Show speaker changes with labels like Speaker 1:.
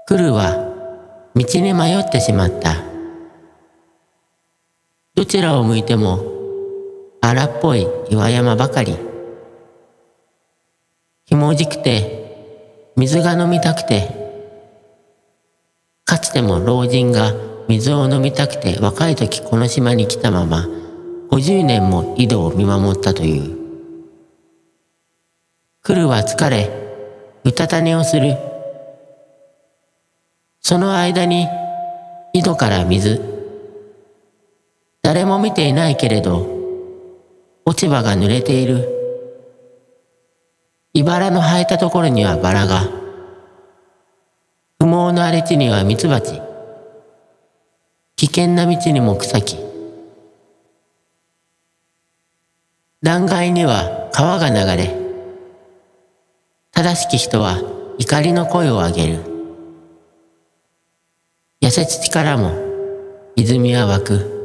Speaker 1: クルは道に迷ってしまった。どちらを向いても荒っぽい岩山ばかり。ひもじくて水が飲みたくて、かつても老人が水を飲みたくて若い時この島に来たまま50年も井戸を見守ったという。クルは疲れ、うたた寝をする。その間に井戸から水。誰も見ていないけれど、落ち葉が濡れている。茨の生えたところにはバラが。不毛の荒れ地にはミツバチ。危険な道にも草木。断崖には川が流れ、正しき人は怒りの声を上げる。痩せ土からも泉は湧く。